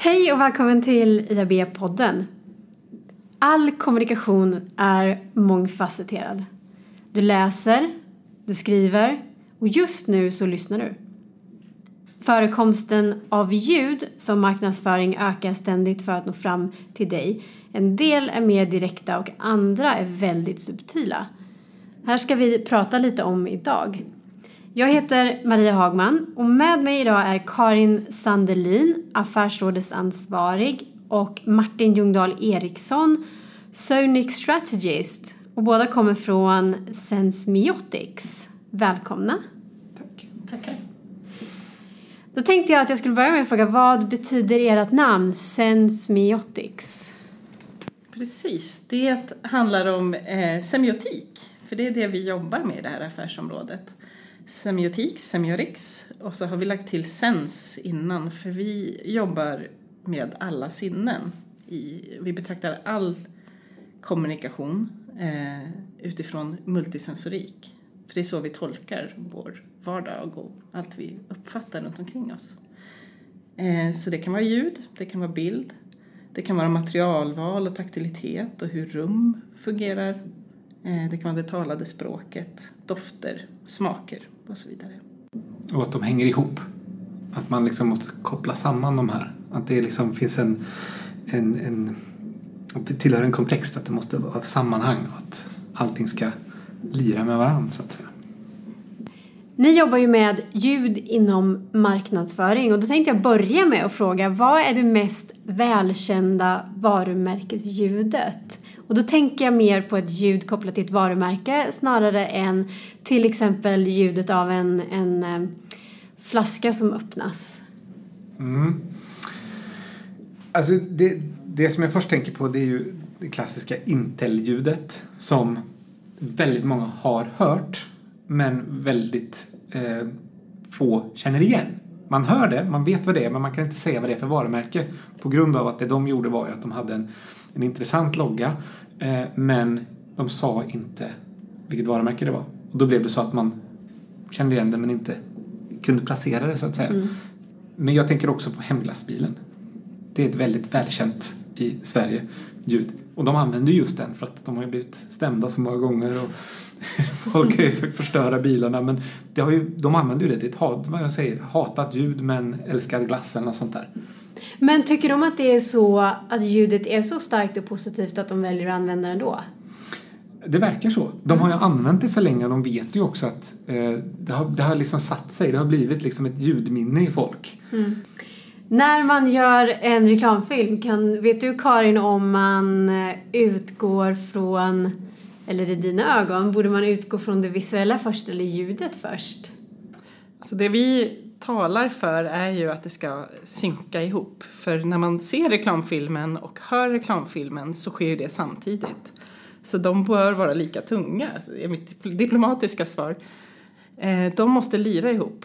Hej och välkommen till IAB-podden. All kommunikation är mångfacetterad. Du läser, du skriver och just nu så lyssnar du. Förekomsten av ljud som marknadsföring ökar ständigt för att nå fram till dig. En del är mer direkta och andra är väldigt subtila. Här ska vi prata lite om idag. Jag heter Maria Hagman och med mig idag är Karin Sandelin, affärsrådesansvarig, och Martin Ljungdahl Eriksson, Sonic Strategist. Och båda kommer från Sensmiotics. Välkomna. Tack. Tackar. Då tänkte jag att jag skulle börja med att fråga, vad betyder ert namn Sensmiotics? Precis, det handlar om semiotik. För det är det vi jobbar med i det här affärsområdet. Semiotik, semiotics, och så har vi lagt till sens innan, för vi jobbar med alla sinnen. Vi betraktar all kommunikation utifrån multisensorik. För det är så vi tolkar vår vardag och allt vi uppfattar runt omkring oss. Så det kan vara ljud, det kan vara bild, det kan vara materialval och taktilitet och hur rum fungerar. Det kan vara det talade språket, dofter, smaker och så vidare. Och att de hänger ihop. Att man liksom måste koppla samman de här. Att det liksom finns att det tillhör en kontext, att det måste vara ett sammanhang och att allting ska lira med varandra, så att säga. Ni jobbar ju med ljud inom marknadsföring och då tänkte jag börja med att fråga, vad är det mest välkända varumärkesljudet? Och då tänker jag mer på ett ljud kopplat till ett varumärke snarare än till exempel ljudet av en flaska som öppnas. Alltså det som jag först tänker på, det är ju det klassiska Intel-ljudet som väldigt många har hört men väldigt få känner igen. Man hör det, man vet vad det är, men man kan inte säga vad det är för varumärke på grund av att det de gjorde var ju att de hade en intressant logga, men de sa inte vilket varumärke det var. Och då blev det så att man kände igen det men inte kunde placera det, så att säga. Men jag tänker också på hemglassbilen. Det är ett väldigt välkänt i Sverige ljud. Och de använder just den för att de har ju blivit stämda så många gånger och folk har ju förstöra bilarna, men de använder ju det. Det är ett hatat ljud men älskad glassen och sånt där. Men tycker de att det är så att ljudet är så starkt och positivt att de väljer att använda det då? Det verkar så. De har ju använt det så länge och de vet ju också att det har liksom satt sig. Det har blivit liksom ett ljudminne i folk. När man gör en reklamfilm, vet du Karin om man utgår från, eller i dina ögon, borde man utgå från det visuella först eller ljudet först? Alltså det vi talar för är ju att det ska synka ihop. För när man ser reklamfilmen och hör reklamfilmen så sker det samtidigt. Så de bör vara lika tunga, är mitt diplomatiska svar. De måste lira ihop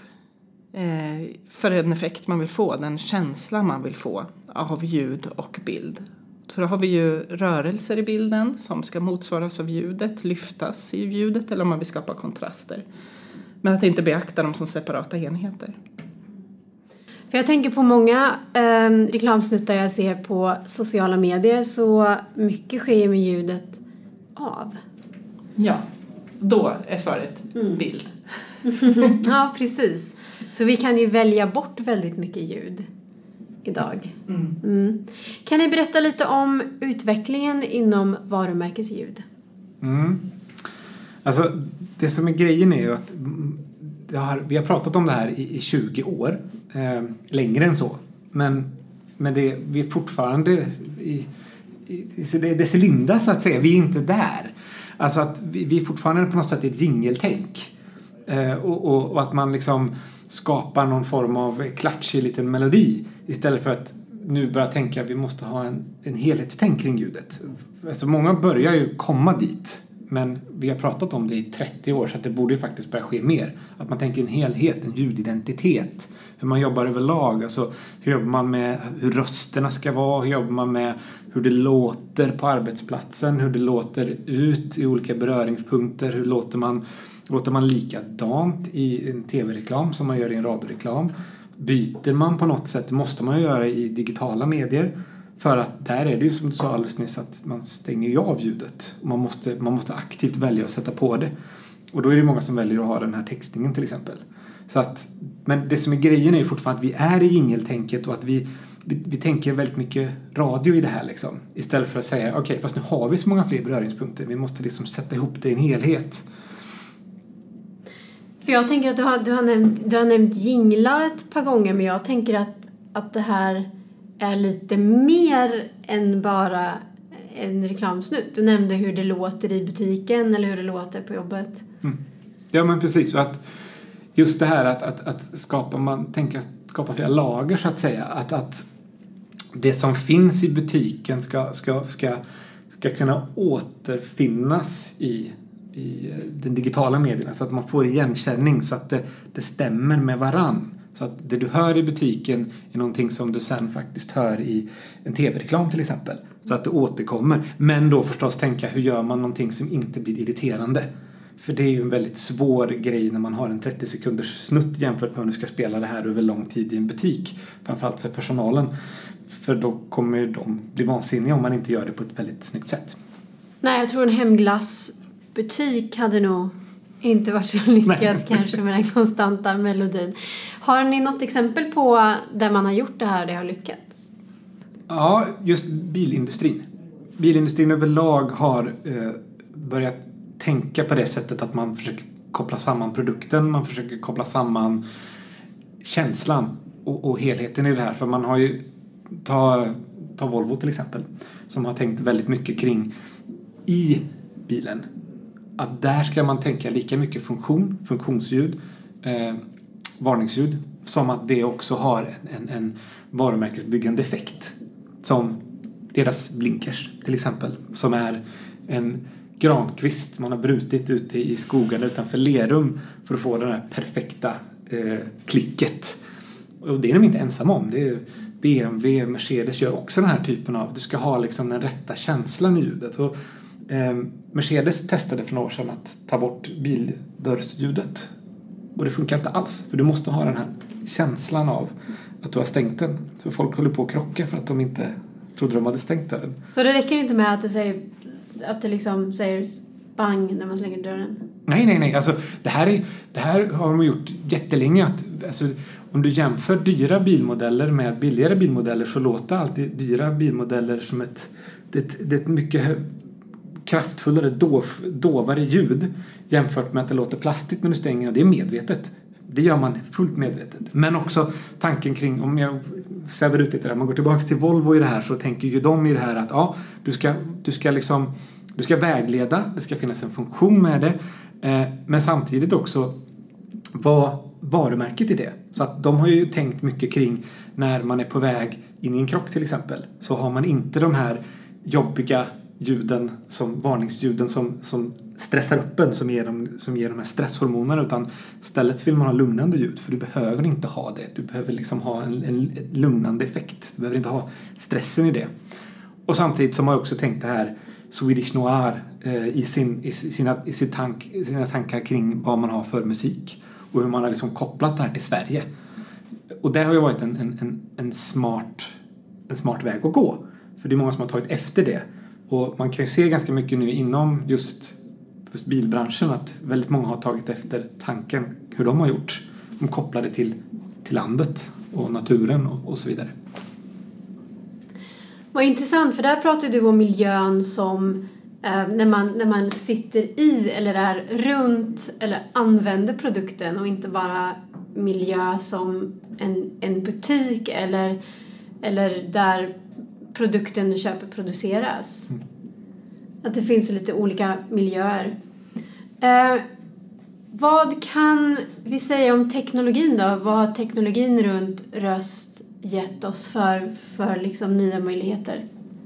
för en effekt man vill få, den känsla man vill få av ljud och bild. För då har vi ju rörelser i bilden som ska motsvaras av ljudet, lyftas i ljudet, eller om man vill skapa kontraster. Men att inte beakta dem som separata enheter. För jag tänker på många reklamsnuttar jag ser på sociala medier, så mycket sker med ljudet av. Ja, då är svaret bild. Ja, precis. Så vi kan ju välja bort väldigt mycket ljud idag. Kan ni berätta lite om utvecklingen inom varumärkesljud? Alltså, det som är grejen är ju att vi har pratat om det här i 20 år. Längre än så. Men vi är fortfarande det cylinda, så att säga. Vi är inte där. Alltså att vi är fortfarande på något sätt ett jingeltänk. Och att man liksom skapar någon form av klatschig liten melodi istället för att nu börja tänka att vi måste ha en helhetstänk kring ljudet. Alltså många börjar ju komma dit, men vi har pratat om det i 30 år, så att det borde ju faktiskt börja ske mer. Att man tänker en helhet, en ljudidentitet, hur man jobbar överlag, alltså hur jobbar man med hur rösterna ska vara, hur jobbar man med hur det låter på arbetsplatsen, hur det låter ut i olika beröringspunkter, hur låter man likadant i en tv-reklam som man gör i en radioreklam. byter man på något sätt, det måste man göra i digitala medier. För att där är det ju som du sa alldeles nyss att man stänger ju av ljudet. Man måste aktivt välja att sätta på det. Och då är det många som väljer att ha den här textningen till exempel. Så att, men det som är grejen är ju fortfarande att vi är i jingeltänket och att vi tänker väldigt mycket radio i det här liksom. Istället för att säga okej, fast nu har vi så många fler beröringspunkter. Vi måste liksom sätta ihop det i en helhet. För jag tänker att du har nämnt jinglar ett par gånger, men jag tänker att det här är lite mer än bara en reklamsnutt. Du nämnde hur det låter i butiken eller hur det låter på jobbet. Mm. Ja, men precis. Så att just det här att skapa flera lager så att säga. Att det som finns i butiken ska kunna återfinnas i den digitala medierna. Så att man får igenkänning så att det stämmer med varann. Så att det du hör i butiken är någonting som du sen faktiskt hör i en tv-reklam till exempel. Så att det återkommer. Men då förstås tänka, hur gör man någonting som inte blir irriterande? För det är ju en väldigt svår grej när man har en 30 sekunders snutt jämfört med om du ska spela det här över lång tid i en butik. Framförallt för personalen. För då kommer de bli vansinniga om man inte gör det på ett väldigt snyggt sätt. Nej, jag tror en hemglassbutik hade nog inte varit så lyckad kanske med den konstanta melodin. Har ni något exempel på där man har gjort det här och det har lyckats? Ja, just bilindustrin. Bilindustrin överlag har börjat tänka på det sättet att man försöker koppla samman produkten, man försöker koppla samman känslan och helheten i det här. För man har ju, ta Volvo till exempel, som har tänkt väldigt mycket kring i bilen. Att där ska man tänka lika mycket funktionsljud, varningsljud, som att det också har en varumärkesbyggande effekt. Som deras blinkers till exempel, som är en grankvist man har brutit ute i skogen utanför Lerum för att få det här perfekta klicket. Och det är de inte ensamma om. Det är BMW, Mercedes gör också den här typen av, du ska ha liksom den rätta känslan i ljudet. Och Mercedes testade för några år sedan att ta bort bildörrsljudet. Och det funkar inte alls. För du måste ha den här känslan av att du har stängt den. Så folk håller på att krocka för att de inte trodde de hade stängt dörren. Så det räcker inte med att det liksom säger bang när man slänger dörren? Nej. Alltså, det här har de gjort jättelänge. Alltså, om du jämför dyra bilmodeller med billigare bilmodeller så låter alltid dyra bilmodeller som ett mycket kraftfullare, dovare ljud jämfört med att det låter plastigt när du stänger, och det är medvetet. Det gör man fullt medvetet. Men också tanken kring, om jag svävar ut lite där, man går tillbaka till Volvo i det här, så tänker ju de i det här att ja, du ska vägleda, det ska finnas en funktion med det, men samtidigt också vara varumärket i det. Så att de har ju tänkt mycket kring när man är på väg in i en krock till exempel, så har man inte de här jobbiga ljuden, som varningsljuden som stressar upp en, som ger de här stresshormonerna, utan istället vill man ha lugnande ljud, för du behöver inte ha det. Du behöver liksom ha en lugnande effekt. Du behöver inte ha stressen i det. Och samtidigt som man också tänkt det här Swedish Noir i sina tankar kring vad man har för musik och hur man har liksom kopplat det här till Sverige. Och det har ju varit en smart väg att gå. För det är många som har tagit efter det. Och man kan ju se ganska mycket nu inom just bilbranschen att väldigt många har tagit efter tanken hur de har gjort. De kopplar det till landet och naturen och så vidare. Vad intressant, för där pratar du om miljön som när man sitter i eller är runt eller använder produkten, och inte bara miljö som en butik eller där produkten du köper produceras. Att det finns lite olika miljöer. Vad kan vi säga om teknologin då? Vad har teknologin runt röst gett oss för liksom nya möjligheter?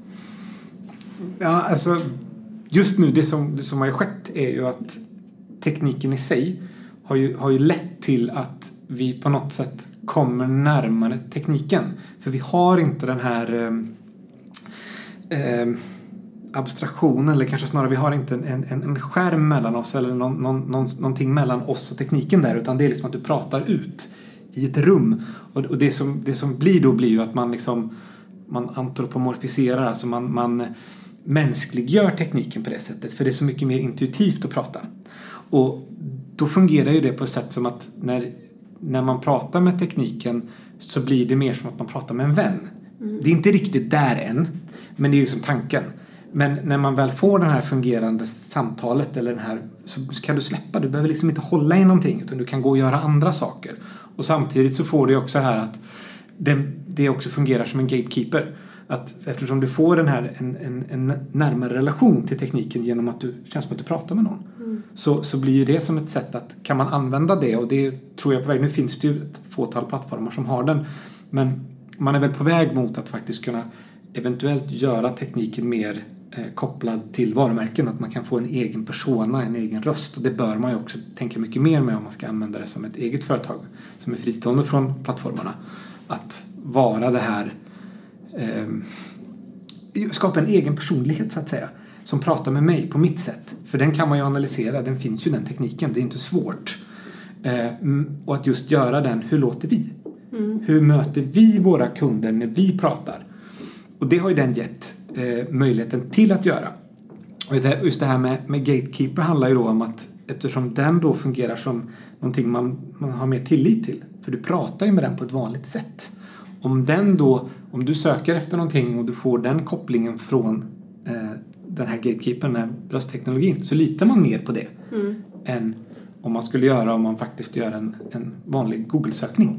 Ja, alltså just nu det som har skett är ju att tekniken i sig har ju lett till att vi på något sätt kommer närmare tekniken. För vi har inte den här abstraktionen, eller kanske snarare vi har inte en skärm mellan oss eller någonting mellan oss och tekniken där, utan det är liksom att du pratar ut i ett rum. Och det som blir då blir ju att man antropomorfiserar, alltså man mänskliggör tekniken på det sättet. För det är så mycket mer intuitivt att prata. Och då fungerar ju det på ett sätt som att när man pratar med tekniken så blir det mer som att man pratar med en vän. Det är inte riktigt där än, men det är ju som tanken. Men när man väl får det här fungerande samtalet eller så kan du släppa. Du behöver liksom inte hålla i någonting, utan du kan gå och göra andra saker. Och samtidigt så får du också här att det också fungerar som en gatekeeper. Att eftersom du får en närmare relation till tekniken genom att du känns som att du pratar med någon. Så blir ju det som ett sätt att, kan man använda det, och det tror jag på väg, nu finns det ju ett fåtal plattformar som har den, men man är väl på väg mot att faktiskt kunna eventuellt göra tekniken mer kopplad till varumärken, att man kan få en egen persona, en egen röst, och det bör man ju också tänka mycket mer med om man ska använda det som ett eget företag som är fristående från plattformarna, att vara det här skapa en egen personlighet så att säga, som pratar med mig på mitt sätt, för den kan man ju analysera, den finns ju, den tekniken, det är inte svårt, och att just göra den, hur låter vi? Hur möter vi våra kunder när vi pratar? Och det har ju den gett möjligheten till att göra. Och just det här med gatekeeper handlar ju då om att eftersom den då fungerar som någonting man har mer tillit till, för du pratar ju med den på ett vanligt sätt. Om du söker efter någonting och du får den kopplingen från den här gatekeepern, den här röstteknologin, så litar man mer på det än om man faktiskt gör en vanlig Google-sökning.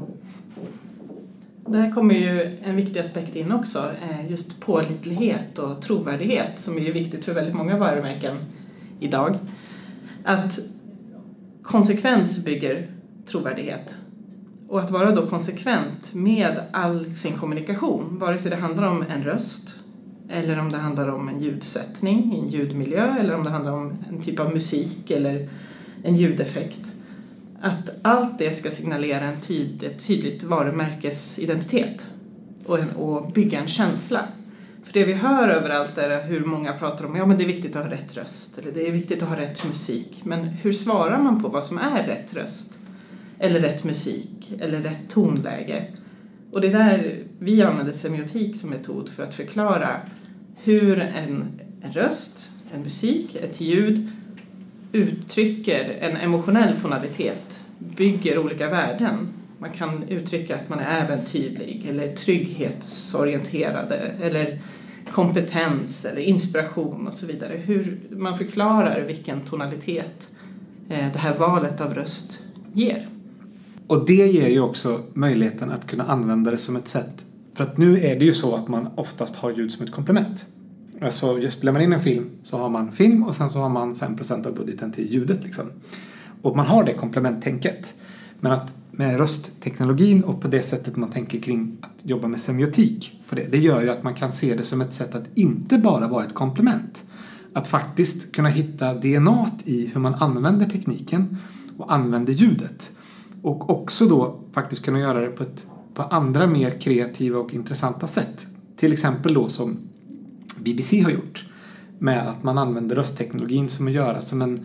Där kommer ju en viktig aspekt in också, just pålitlighet och trovärdighet, som är ju viktigt för väldigt många varumärken idag. Att konsekvens bygger trovärdighet. Och att vara då konsekvent med all sin kommunikation, vare sig det handlar om en röst, eller om det handlar om en ljudsättning i en ljudmiljö, eller om det handlar om en typ av musik eller en ljudeffekt. Att allt det ska signalera ett tydligt varumärkesidentitet och bygga en känsla. För det vi hör överallt är hur många pratar om, men det är viktigt att ha rätt röst, eller det är viktigt att ha rätt musik. Men hur svarar man på vad som är rätt röst? Eller rätt musik, eller rätt tonläge? Och det är där vi använder semiotik som metod för att förklara hur en röst, en musik, ett ljud uttrycker en emotionell tonalitet, bygger olika värden. Man kan uttrycka att man är äventyrlig eller trygghetsorienterad eller kompetens eller inspiration och så vidare. Hur man förklarar vilken tonalitet det här valet av röst ger. Och det ger ju också möjligheten att kunna använda det som ett sätt. För att nu är det ju så att man oftast har ljud som ett komplement. Alltså spelar man in en film så har man film och sen så har man 5% av budgeten till ljudet liksom. Och man har det komplementtänket. Men att med röstteknologin och på det sättet man tänker kring att jobba med semiotik för det gör ju att man kan se det som ett sätt att inte bara vara ett komplement. Att faktiskt kunna hitta DNA i hur man använder tekniken och använder ljudet. Och också då faktiskt kunna göra det på andra mer kreativa och intressanta sätt. Till exempel då som BBC har gjort. Med att man använder röstteknologin som att göra som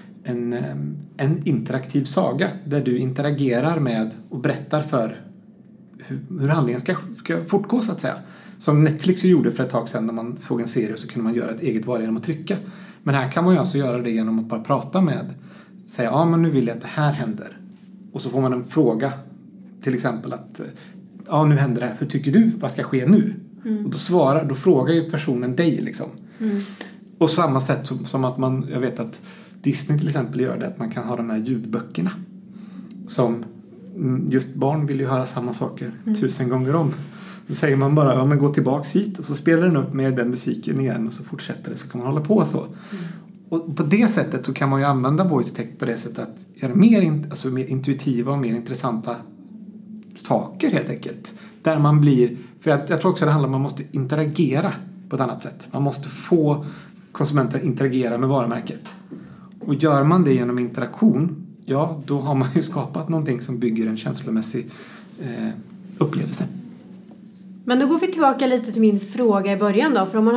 en interaktiv saga. Där du interagerar med och berättar för hur handlingen ska fortgå så att säga. Som Netflix gjorde för ett tag sedan när man såg en serie, så kunde man göra ett eget val genom att trycka. Men här kan man ju alltså göra det genom att bara prata med. Säga, men nu vill jag att det här händer. Och så får man en fråga. Till exempel att, nu händer det här. Hur tycker du? Vad ska ske nu? Och då frågar ju personen dig liksom. Och samma sätt som att jag vet att Disney till exempel gör det, att man kan ha de här ljudböckerna. Som just barn vill ju höra samma saker 1000 gånger om. Så säger man bara, men gå tillbaks hit. Och så spelar den upp med den musiken igen och så fortsätter det, så kan man hålla på så. Och på det sättet så kan man ju använda voice tech på det sättet att göra mer intuitiva och mer intressanta saker helt enkelt. Där man blir, för jag tror också det handlar om att man måste interagera på ett annat sätt. Man måste få konsumenter att interagera med varumärket. Och gör man det genom interaktion, då har man ju skapat någonting som bygger en känslomässig upplevelse. Men då går vi tillbaka lite till min fråga i början då. För om man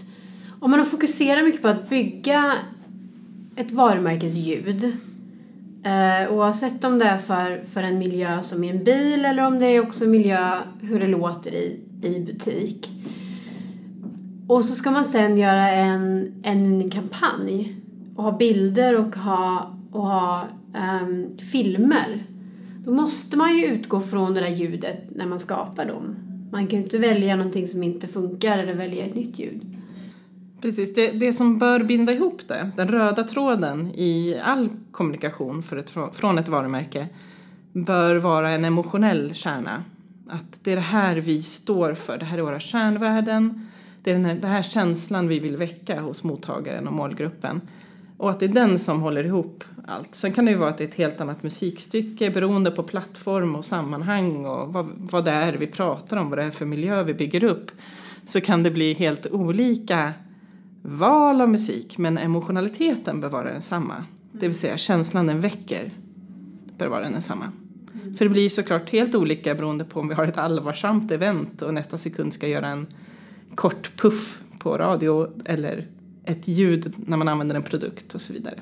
har fokuserat mycket på att bygga ett varumärkesljud, Oavsett om det är för en miljö som i en bil eller om det är också en miljö hur det låter i butik. Och så ska man sen göra en kampanj och ha bilder och ha filmer. Då måste man ju utgå från det där ljudet när man skapar dem. Man kan ju inte välja någonting som inte funkar eller välja ett nytt ljud. Precis, det som bör binda ihop det, den röda tråden i all kommunikation från ett varumärke, bör vara en emotionell kärna. Att det är det här vi står för, det här är våra kärnvärden, det är den här känslan vi vill väcka hos mottagaren och målgruppen. Och att det är den som håller ihop allt. Sen kan det ju vara att det är ett helt annat musikstycke beroende på plattform och sammanhang och vad det är vi pratar om, vad det är för miljö vi bygger upp. Så kan det bli helt olika val av musik, men emotionaliteten bör vara densamma. Det vill säga känslan den väcker bör vara densamma. För det blir ju såklart helt olika beroende på om vi har ett allvarsamt event och nästa sekund ska göra en kort puff på radio eller ett ljud när man använder en produkt och så vidare.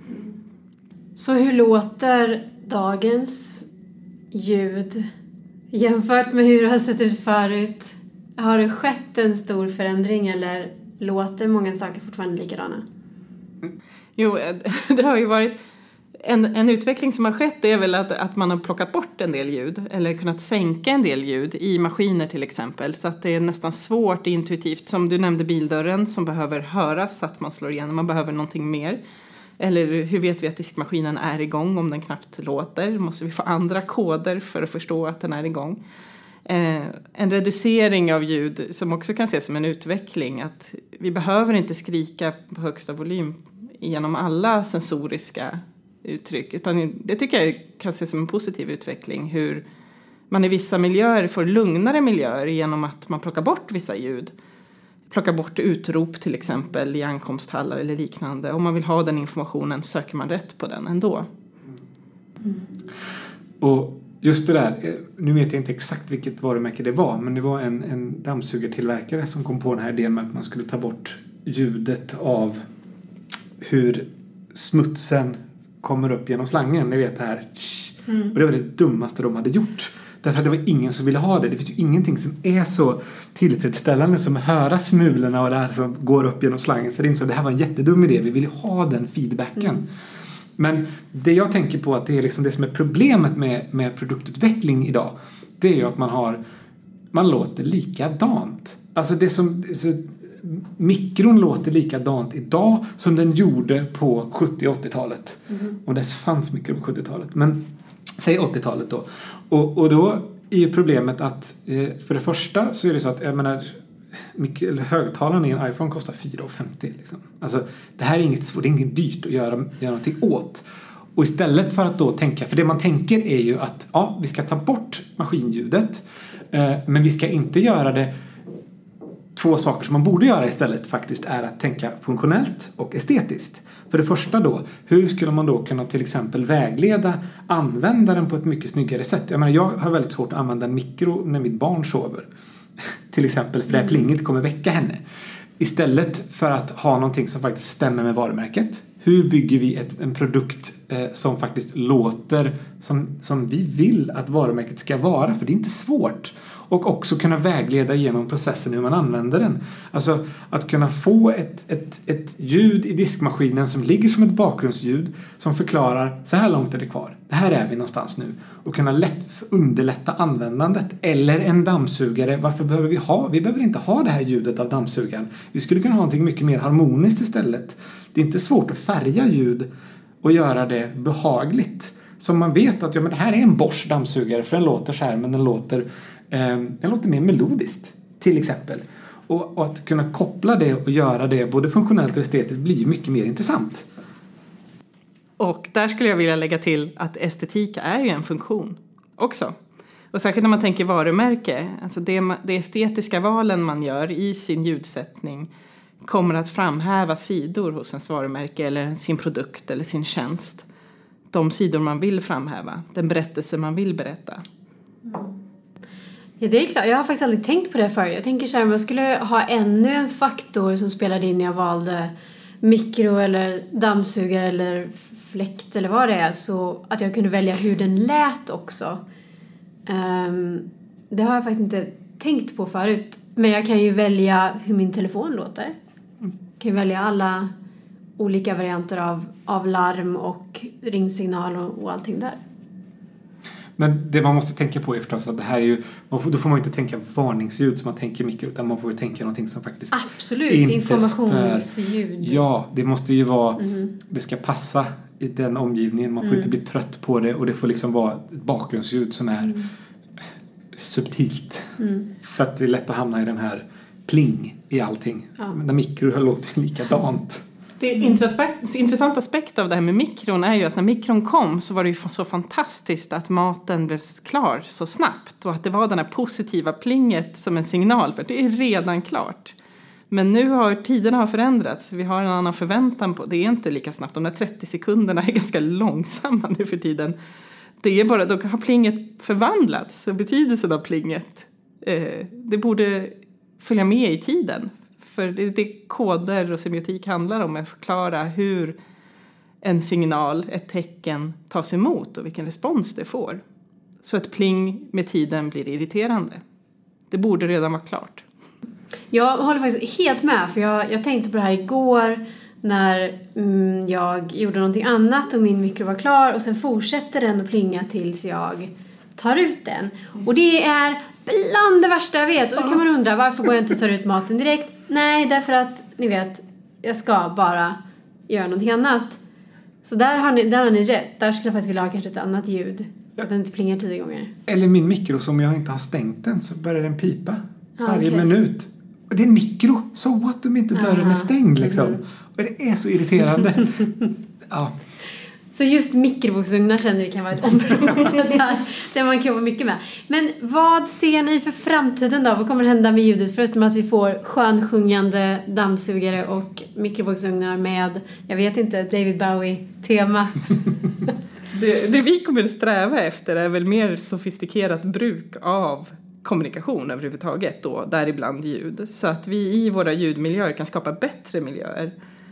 Så hur låter dagens ljud jämfört med hur det har sett ut förut? Har det skett en stor förändring eller låter många saker fortfarande likadana? Jo, det har ju varit en utveckling som har skett, det är väl att man har plockat bort en del ljud eller kunnat sänka en del ljud i maskiner till exempel, så att det är nästan svårt intuitivt, som du nämnde bildörren som behöver höras så att man slår igen, man behöver någonting mer. Eller hur vet vi att diskmaskinen är igång om den knappt låter? Måste vi få andra koder för att förstå att den är igång? En reducering av ljud som också kan ses som en utveckling, att vi behöver inte skrika på högsta volym genom alla sensoriska uttryck, utan det tycker jag kan ses som en positiv utveckling, hur man i vissa miljöer får lugnare miljöer genom att man plockar bort vissa ljud, plockar bort utrop till exempel i ankomsthallar eller liknande. Om man vill ha den informationen söker man rätt på den ändå. Och just det där, nu vet jag inte exakt vilket varumärke det var, men det var en dammsugartillverkare som kom på den här idén med att man skulle ta bort ljudet av hur smutsen kommer upp genom slangen. Ni vet det här. Och det var det dummaste de hade gjort. Därför att det var ingen som ville ha det. Det finns ju ingenting som är så tillfredsställande som att höra smulorna och det här som går upp genom slangen. Så det insåg det här var en jättedum idé. Vi vill ha den feedbacken. Men det jag tänker på att det är liksom det som är problemet med produktutveckling idag, det är ju att man låter likadant. Alltså det som mikron låter likadant idag som den gjorde på 70- och 80-talet. Och det fanns mikro på 70-talet. Men säg 80-talet då. Och då är ju problemet att för det första så är det så att jag menar, högtalaren i en iPhone kostar 4,50 liksom. Alltså det här är inget svårt, det är inget dyrt att göra någonting åt. Och istället för att då tänka, för det man tänker är ju att ja, vi ska ta bort maskinljudet, men vi ska inte göra det. Två saker som man borde göra istället faktiskt är att tänka funktionellt och estetiskt. För det första då, hur skulle man då kunna till exempel vägleda användaren på ett mycket snyggare sätt? Jag menar, jag har väldigt svårt att använda en mikro när mitt barn sover. Till exempel, för det här plinget kommer väcka henne. Istället för att ha någonting som faktiskt stämmer med varumärket. Hur bygger vi en produkt som faktiskt låter som vi vill att varumärket ska vara? För det är inte svårt. Och också kunna vägleda genom processen hur man använder den. Alltså att kunna få ett ljud i diskmaskinen som ligger som ett bakgrundsljud som förklarar så här långt är det kvar. Det här är vi någonstans nu. Och kunna underlätta användandet. Eller en dammsugare. Varför behöver vi ha? Vi behöver inte ha det här ljudet av dammsugaren. Vi skulle kunna ha någonting mycket mer harmoniskt istället. Det är inte svårt att färga ljud och göra det behagligt. Så man vet att ja, men det här är en Bosch dammsugare för den låter så här, men den låter mer melodiskt till exempel. Och att kunna koppla det och göra det både funktionellt och estetiskt blir mycket mer intressant. Och där skulle jag vilja lägga till att estetik är ju en funktion också. Och särskilt när man tänker varumärke, alltså det estetiska valen man gör i sin ljudsättning kommer att framhäva sidor hos ens varumärke eller sin produkt eller sin tjänst. De sidor man vill framhäva, den berättelse man vill berätta. Ja, det är klart. Jag har faktiskt aldrig tänkt på det förr. Jag tänker så här, om jag skulle ha ännu en faktor som spelade in när jag valde mikro eller dammsugare eller fläkt eller vad det är, så att jag kunde välja hur den lät också. Det har jag faktiskt inte tänkt på förut. Men jag kan ju välja hur min telefon låter. Jag kan ju välja alla olika varianter av larm och ringsignal och allting där. Men det man måste tänka på är förstås att det här är ju, då får man ju inte tänka varningsljud som man tänker mikro, utan man får ju tänka någonting som faktiskt absolut, inte informationsljud. Ja, det måste ju vara, det ska passa i den omgivningen, man får inte bli trött på det, och det får liksom vara ett bakgrundsljud som är subtilt. För att det är lätt att hamna i den här pling i allting. Ja. Men när mikro låter likadant. Det intressanta aspekt av det här med mikron är ju att när mikron kom så var det ju så fantastiskt att maten blev klar så snabbt. Och att det var den här positiva plinget som en signal, för det är redan klart. Men nu har tiderna förändrats. Vi har en annan förväntan på. Det är inte lika snabbt. De där 30 sekunderna är ganska långsamma nu för tiden. Det är bara, då har plinget förvandlats. Betydelsen av plinget. Det borde följa med i tiden. För det koder och semiotik handlar om att förklara hur en signal, ett tecken tas emot och vilken respons det får. Så att pling med tiden blir irriterande. Det borde redan vara klart. Jag håller faktiskt helt med, för jag tänkte på det här igår när jag gjorde någonting annat och min mikro var klar, och sen fortsätter den att plinga tills jag tar ut den. Och det är bland det värsta jag vet. Och då kan man undra, varför går jag inte och tar ut maten direkt? Nej, därför att ni vet, jag ska bara göra någonting annat. Så där har ni rätt. Där skulle jag faktiskt vilja ha kanske ett annat ljud. Så att den inte plingar 10 gånger. Eller min mikro, som jag inte har stängt den, så börjar den pipa varje minut. Och det är en mikro, så what om inte dörren är stängd liksom. Och det är så irriterande. Ja. Så just mikrovågsugnar känner vi kan vara ett område där man kan jobba mycket med. Men vad ser ni för framtiden då? Vad kommer hända med ljudet? Förutom att vi får skönsjungande dammsugare och mikrovågsugnar med, jag vet inte, David Bowie-tema. Det vi kommer att sträva efter är väl mer sofistikerat bruk av kommunikation överhuvudtaget då, däribland ljud. Så att vi i våra ljudmiljöer kan skapa bättre miljöer.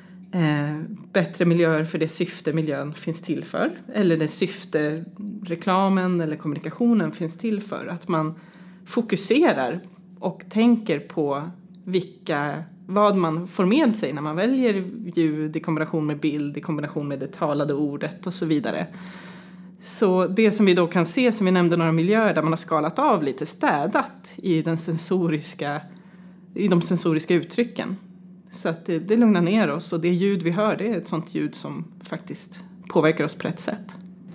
Bättre miljöer för det syfte miljön finns till för. Eller det syfte reklamen eller kommunikationen finns till för. Att man fokuserar och tänker på vad man får med sig när man väljer ljud i kombination med bild, i kombination med det talade ordet och så vidare. Så det som vi då kan se, som vi nämnde, några miljöer där man har skalat av lite, städat i de sensoriska uttrycken. Så att det lugnar ner oss, och det ljud vi hör, det är ett sånt ljud som faktiskt påverkar oss på ett sätt.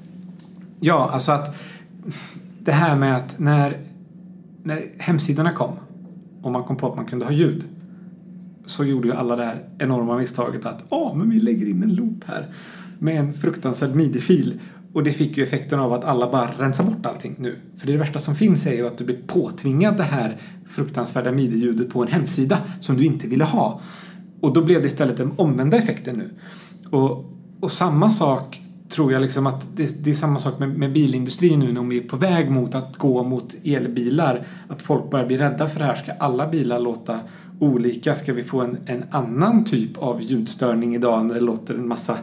Ja, alltså att det här med att när hemsidorna kom och man kom på att man kunde ha ljud, så gjorde ju alla det här enorma misstaget att men vi lägger in en loop här med en fruktansvärd midi-fil. Och det fick ju effekten av att alla bara rensar bort allting nu. För det värsta som finns är ju att du blir påtvingad det här fruktansvärda midi-ljudet på en hemsida som du inte ville ha. Och då blev det istället den omvända effekten nu. Och samma sak tror jag liksom att det är samma sak med bilindustrin nu när vi är på väg mot att gå mot elbilar. Att folk börjar bli rädda för det här. Ska alla bilar låta olika? Ska vi få en annan typ av ljudstörning idag när det låter en massa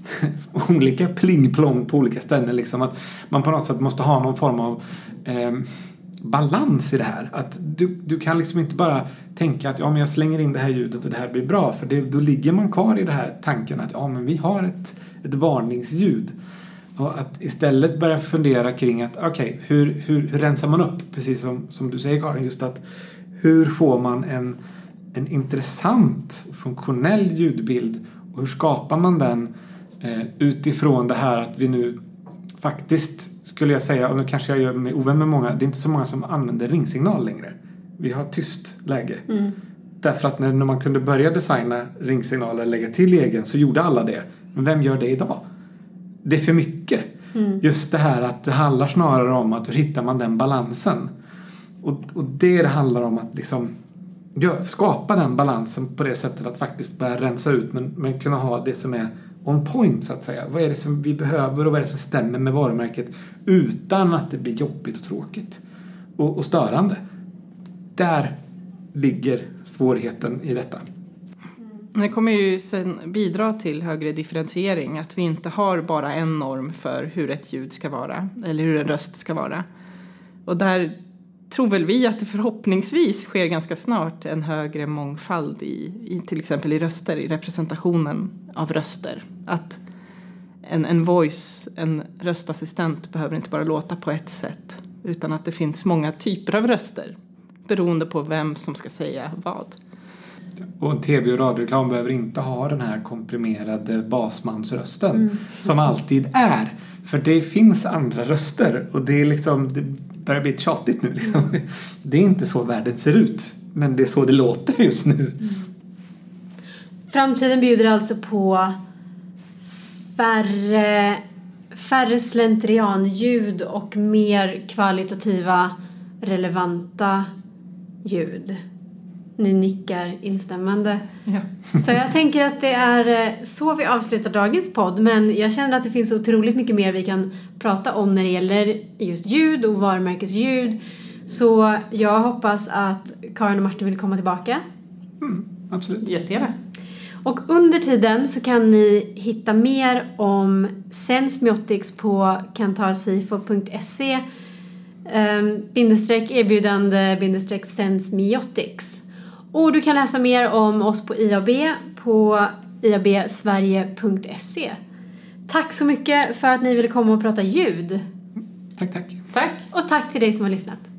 olika pling-plong på olika ställen? Liksom att man på något sätt måste ha någon form av balans i det här. Att du kan liksom inte bara tänka att men jag slänger in det här ljudet och det här blir bra. För då ligger man kvar i det här tanken att men vi har ett varningsljud. Och att istället börja fundera kring att hur rensar man upp? Precis som du säger, Karin, just att hur får man en intressant funktionell ljudbild, och hur skapar man den utifrån det här att vi nu faktiskt, skulle jag säga, och nu kanske jag gör mig ovän med många, det är inte så många som använder ringsignal längre. Vi har tyst läge. Därför att när man kunde börja designa ringsignaler och lägga till egen, så gjorde alla det. Men vem gör det idag? Det är för mycket. Just det här att det handlar snarare om att hur hittar man den balansen. Och det handlar om att liksom skapa den balansen på det sättet att faktiskt börja rensa ut, men kunna ha det som är on point, så att säga. Vad är det som vi behöver och vad är det som stämmer med varumärket utan att det blir jobbigt och tråkigt och störande. Där ligger svårigheten i detta. Men det kommer ju sen bidra till högre differentiering. Att vi inte har bara en norm för hur ett ljud ska vara. Eller hur en röst ska vara. Och där tror väl vi att det förhoppningsvis sker ganska snart en högre mångfald i till exempel i röster, i representationen av röster. Att en voice, en röstassistent behöver inte bara låta på ett sätt. Utan att det finns många typer av röster. Beroende på vem som ska säga vad. Och en tv- och radioreklam behöver inte ha den här komprimerade basmansrösten som alltid är. För det finns andra röster och det är liksom, det börjar bli tjatigt nu liksom. Det är inte så världen ser ut, men det är så det låter just nu. Framtiden bjuder alltså på färre slentrianljud och mer kvalitativa, relevanta ljud. Ni nickar instämmande. Ja. Så jag tänker att det är så vi avslutar dagens podd. Men jag känner att det finns otroligt mycket mer vi kan prata om när det gäller just ljud och varumärkesljud. Så jag hoppas att Karin och Martin vill komma tillbaka. Absolut. Jättegärna. Och under tiden så kan ni hitta mer om Sensmiotics på kantarsifo.se erbjudande Sensmiotics. Och du kan läsa mer om oss på IAB på iabsverige.se. Tack så mycket för att ni ville komma och prata ljud. Tack. Tack. Och tack till dig som har lyssnat.